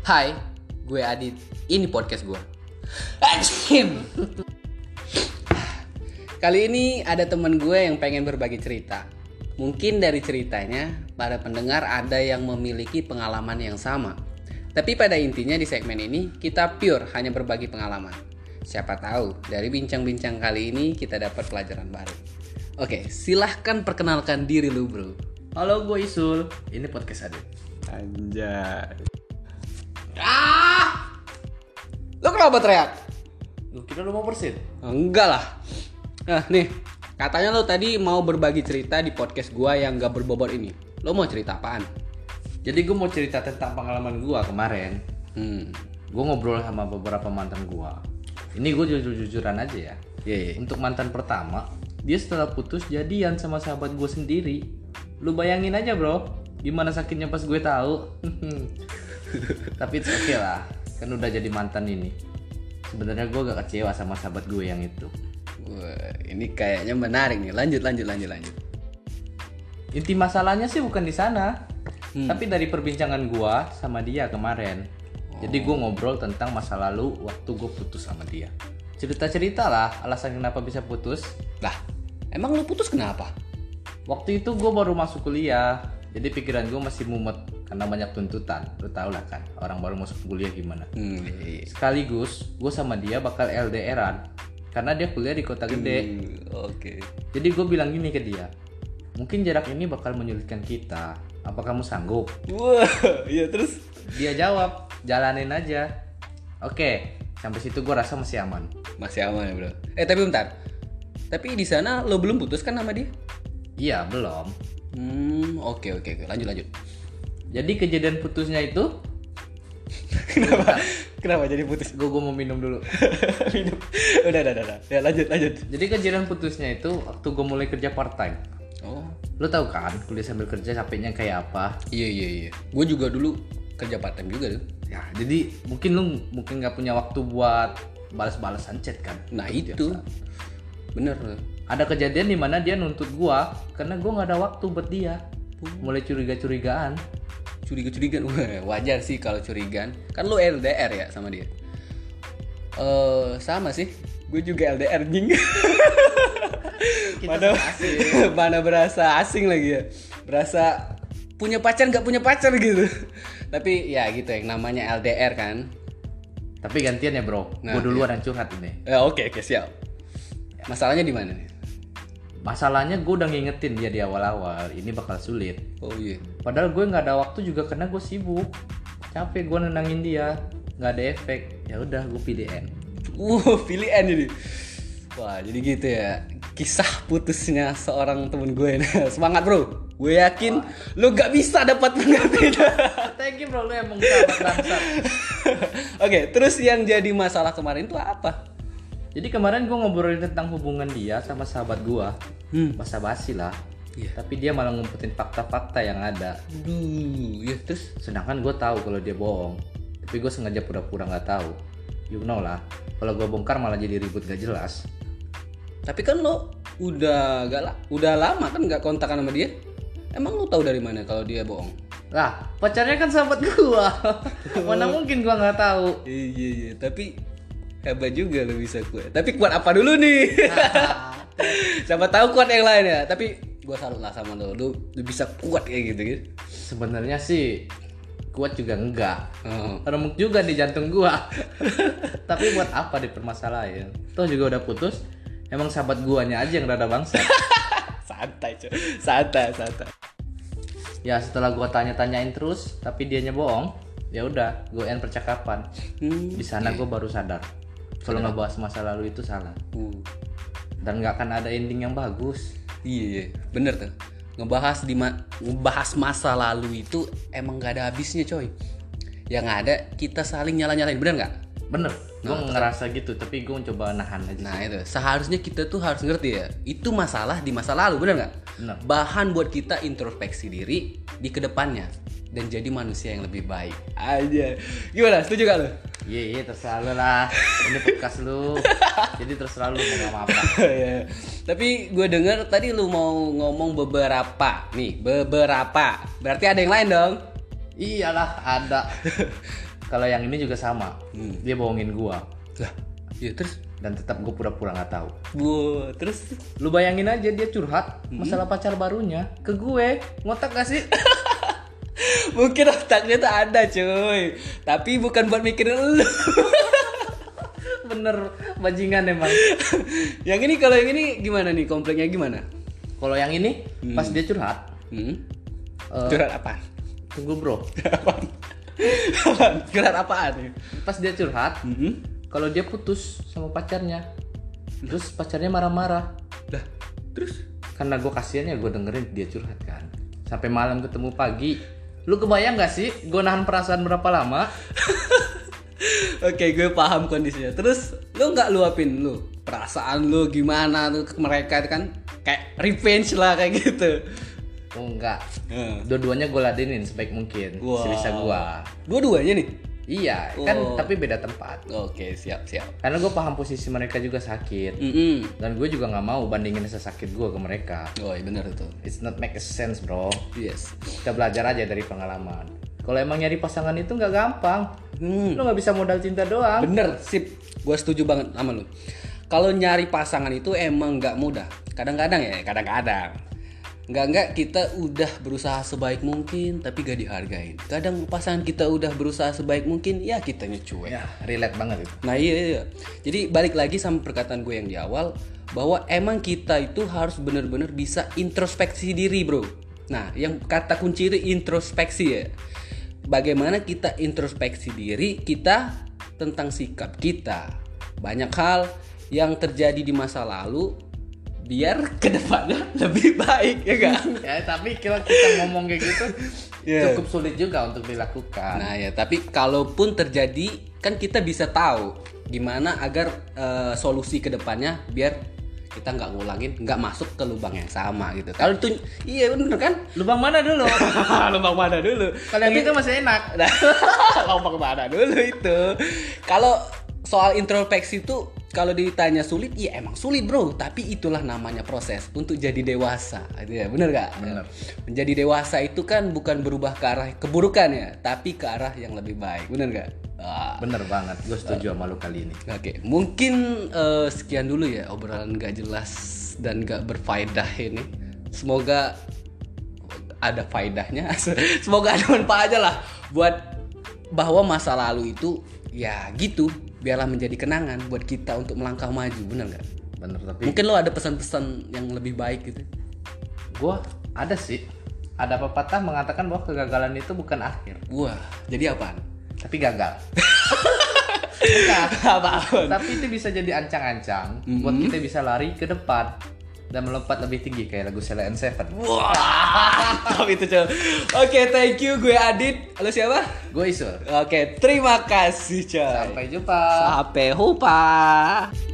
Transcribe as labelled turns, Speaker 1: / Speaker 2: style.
Speaker 1: Hai, gue Adit. Ini podcast gue. Anjim. Kali ini ada temen gue yang pengen berbagi cerita. Mungkin dari ceritanya, para pendengar ada yang memiliki pengalaman yang sama. Tapi pada intinya di segmen ini, kita pure hanya berbagi pengalaman. Siapa tahu, dari bincang-bincang kali ini kita dapat pelajaran baru. Oke, silahkan perkenalkan diri lu, bro.
Speaker 2: Halo, gue Isul. Ini podcast Adit.
Speaker 1: Anjay. Lu kenapa teriak?
Speaker 2: Lu kira lu mau bersin?
Speaker 1: Enggak lah. Nah nih, katanya lo tadi mau berbagi cerita di podcast gua yang gak berbobot ini. Lo mau cerita apaan?
Speaker 2: Jadi gue mau cerita tentang pengalaman gue kemarin. Gue ngobrol sama beberapa mantan gue. Ini gue jujur-jujuran aja ya.
Speaker 1: Iya.
Speaker 2: Untuk mantan pertama, dia setelah putus jadian sama sahabat gue sendiri. Lu bayangin aja bro, gimana sakitnya pas gue tahu. Tapi it's okay lah, kan udah jadi mantan ini. Sebenarnya gue gak kecewa sama sahabat gue yang itu.
Speaker 1: Wah, ini kayaknya menarik nih. Lanjut.
Speaker 2: Inti masalahnya sih bukan di sana, tapi dari perbincangan gue sama dia kemarin. Jadi gue ngobrol tentang masa lalu waktu gue putus sama dia. Cerita-cerita lah alasan kenapa bisa putus.
Speaker 1: Lah, emang lo putus kenapa?
Speaker 2: Waktu itu gue baru masuk kuliah, jadi pikiran gue masih mumet karena banyak tuntutan. Lo tau lah kan, orang baru masuk kuliah gimana.
Speaker 1: Iya.
Speaker 2: Sekaligus gue sama dia bakal LDRan karena dia kuliah di kota gede.
Speaker 1: Oke.
Speaker 2: Jadi gue bilang gini ke dia, mungkin jarak ini bakal menyulitkan kita. Apa kamu sanggup?
Speaker 1: Wah, iya terus?
Speaker 2: Dia jawab, jalanin aja. Oke, sampai situ gue rasa masih aman.
Speaker 1: Masih aman ya bro. Tapi bentar. Tapi di sana lo belum putus kan sama dia?
Speaker 2: Iya, belum.
Speaker 1: Oke. Lanjut.
Speaker 2: Jadi kejadian putusnya itu
Speaker 1: Kenapa jadi putus?
Speaker 2: gue mau minum dulu.
Speaker 1: Minum. Udah. Ya lanjut.
Speaker 2: Jadi kejadian putusnya itu waktu gue mulai kerja part time.
Speaker 1: Oh.
Speaker 2: Lo tau kan kuliah sambil kerja capeknya kayak apa?
Speaker 1: Iya. Gue juga dulu kerja part time juga tuh.
Speaker 2: Ya, jadi mungkin nggak punya waktu buat balas-balasan chat kan?
Speaker 1: Nah
Speaker 2: Seperti
Speaker 1: itu
Speaker 2: biasa.
Speaker 1: bener.
Speaker 2: Ada kejadian di mana dia nuntut gua karena gua nggak ada waktu buat dia. Mulai curigaan.
Speaker 1: Wah, wajar sih kalau curigaan. Kan lu LDR ya sama dia. Sama sih. Gue juga LDR jing. Mana berasa asing lagi ya. Berasa punya pacar nggak punya pacar gitu. Tapi ya gitu yang namanya LDR kan.
Speaker 2: Tapi gantian ya bro.
Speaker 1: Nah,
Speaker 2: Gua duluan yang curhat ini.
Speaker 1: Oke, siap. Masalahnya di mana nih?
Speaker 2: Masalahnya gue udah ngingetin dia di awal-awal ini bakal sulit.
Speaker 1: Oh iya.
Speaker 2: Padahal gue nggak ada waktu juga karena gue sibuk. Capek gue nenangin dia, nggak ada efek. Ya udah gue PDN.
Speaker 1: Pilihan jadi. Wah, jadi gitu ya. Kisah putusnya seorang temen gue. Semangat bro. Gue yakin lu gak bisa dapat pengertian.
Speaker 2: Thank you bro, lu emang sahabat bangsat.
Speaker 1: Oke, terus yang jadi masalah kemarin itu apa?
Speaker 2: Jadi kemarin gue ngobrolin tentang hubungan dia sama sahabat gue. Basa-basi lah.
Speaker 1: Iya.
Speaker 2: Tapi dia malah ngumpetin fakta-fakta yang ada.
Speaker 1: Aduh, ya terus.
Speaker 2: Sedangkan gue tahu kalau dia bohong. Tapi gue sengaja pura-pura nggak tahu. You know lah. Kalau gue bongkar malah jadi ribut gak jelas.
Speaker 1: Tapi kan lo udah lama kan nggak kontakan sama dia. Emang lo tahu dari mana kalau dia bohong?
Speaker 2: Lah, pacarnya kan sahabat gue. Mana mungkin gue nggak tahu.
Speaker 1: Iya. Tapi hebat juga lo bisa kuat. Tapi kuat apa dulu nih? Siapa tahu kuat yang lain ya. Tapi gue salut lah sama lo. Lo bisa kuat kayak gitu.
Speaker 2: Sebenarnya sih kuat juga enggak. Remuk juga di jantung gua. Tapi buat apa dipermasalahin? Toh juga udah putus. Emang sahabat guanya aja yang rada bangsat.
Speaker 1: Santai.
Speaker 2: Ya setelah gua tanya-tanyain terus, tapi dianya bohong. Ya udah, gua end percakapan. Di sana gua baru sadar kalau ngebahas masa lalu itu salah. Dan nggak akan ada ending yang bagus.
Speaker 1: Iya, bener tuh. Ngebahas masa lalu itu emang gak ada habisnya coy. Yang ada kita saling nyala-nyalain, bener gak?
Speaker 2: Bener, gue ngerasa gitu, tapi gue coba nahan aja.
Speaker 1: Nah itu, seharusnya kita tuh harus ngerti ya, itu masalah di masa lalu, bener gak?
Speaker 2: Bener.
Speaker 1: Bahan buat kita introspeksi diri di kedepannya dan jadi manusia yang lebih baik aja. Gimana, setuju gak lo?
Speaker 2: Iya, terserah lu lah. Ini podcast lu. Jadi terserah lu mau ngomong apa.
Speaker 1: Ya. Tapi gue denger tadi lu mau ngomong beberapa. Nih, beberapa. Berarti ada yang lain dong?
Speaker 2: Iyalah, ada. Kalau yang ini juga sama. Dia bohongin gua.
Speaker 1: Lah, ya terus?
Speaker 2: Dan tetap gua pura-pura nggak tahu.
Speaker 1: Wow, terus?
Speaker 2: Lu bayangin aja dia curhat masalah pacar barunya ke gue. Ngotak gak sih?
Speaker 1: Mungkin otaknya tuh ada cuy, tapi bukan buat mikirin lu.
Speaker 2: Bener, bajingan emang.
Speaker 1: Yang ini, kalau yang ini gimana nih, kompleknya gimana?
Speaker 2: Kalau yang ini pas dia curhat.
Speaker 1: Curhat apa?
Speaker 2: Tunggu bro.
Speaker 1: Curhat apaan nih?
Speaker 2: Pas dia curhat, kalau dia putus sama pacarnya, terus pacarnya marah-marah.
Speaker 1: Dah, terus?
Speaker 2: Karena gue kasihan ya, gue dengerin dia curhat kan. Sampai malam ketemu pagi. Lu kebayang gak sih gue nahan perasaan berapa lama?
Speaker 1: Oke, gue paham kondisinya. Terus lu nggak luapin lu perasaan lu gimana tuh ke mereka, itu kan kayak revenge lah kayak gitu.
Speaker 2: Oh enggak. Dua-duanya gue ladenin sebaik mungkin.
Speaker 1: Wow.
Speaker 2: Sebisa gue.
Speaker 1: Dua-duanya nih?
Speaker 2: Iya, kan tapi beda tempat.
Speaker 1: Oke, siap.
Speaker 2: Karena gue paham posisi mereka juga sakit. Dan gue juga nggak mau bandingin rasa sakit gue ke mereka.
Speaker 1: Oh iya benar itu.
Speaker 2: It's not make sense bro.
Speaker 1: Yes.
Speaker 2: Kita belajar aja dari pengalaman. Kalau emang nyari pasangan itu nggak gampang. Lu nggak bisa modal cinta doang.
Speaker 1: Bener, sip. Gue setuju banget sama lu. Kalau nyari pasangan itu emang nggak mudah. Kadang-kadang Enggak kita udah berusaha sebaik mungkin tapi gak dihargain. Kadang pasangan kita udah berusaha sebaik mungkin, ya kitanya cuek.
Speaker 2: Ya, relate banget itu.
Speaker 1: Nah iya. Jadi balik lagi sama perkataan gue yang di awal, bahwa emang kita itu harus benar-benar bisa introspeksi diri bro. Nah yang kata kunci itu introspeksi ya. Bagaimana kita introspeksi diri kita tentang sikap kita. Banyak hal yang terjadi di masa lalu biar kedepannya lebih baik, ya gak?
Speaker 2: Ya tapi kalau kita ngomong kayak gitu cukup sulit juga untuk dilakukan.
Speaker 1: Nah ya, tapi kalaupun terjadi kan kita bisa tahu gimana agar solusi kedepannya biar kita nggak ngulangin, nggak masuk ke lubang yang sama gitu. Kalau itu iya bener kan?
Speaker 2: Lubang mana dulu?
Speaker 1: Lubang mana dulu?
Speaker 2: Kalau yang itu masih enak.
Speaker 1: Lubang mana dulu itu? Kalau soal introspeksi itu kalau ditanya sulit, iya emang sulit bro. Tapi itulah namanya proses untuk jadi dewasa. Ya, bener gak?
Speaker 2: Bener.
Speaker 1: Menjadi dewasa itu kan bukan berubah ke arah keburukan ya, tapi ke arah yang lebih baik. Bener gak?
Speaker 2: Bener banget. Gue setuju sama lu kali ini.
Speaker 1: Oke, mungkin sekian dulu ya obrolan gak jelas dan gak berfaedah ini. Semoga ada faedahnya. Semoga ada manfaatnya lah buat bahwa masa lalu itu ya gitu, biarlah menjadi kenangan buat kita untuk melangkah maju, bener nggak?
Speaker 2: Bener, tapi
Speaker 1: mungkin lo ada pesan-pesan yang lebih baik gitu.
Speaker 2: Gue ada sih. Ada pepatah mengatakan bahwa kegagalan itu bukan akhir.
Speaker 1: Wah, jadi apaan?
Speaker 2: Tapi gagal. Enggak.
Speaker 1: Apaan?
Speaker 2: Tapi itu bisa jadi ancang-ancang buat kita bisa lari ke depan dan melompat lebih tinggi kayak lagu Sheila and Seven.
Speaker 1: Wah, tapi itu coy. Oke, thank you. Gue Adit. Lo siapa?
Speaker 2: Gue Isul.
Speaker 1: Oke, terima kasih coy.
Speaker 2: Sampai jumpa.
Speaker 1: Sampai jumpa.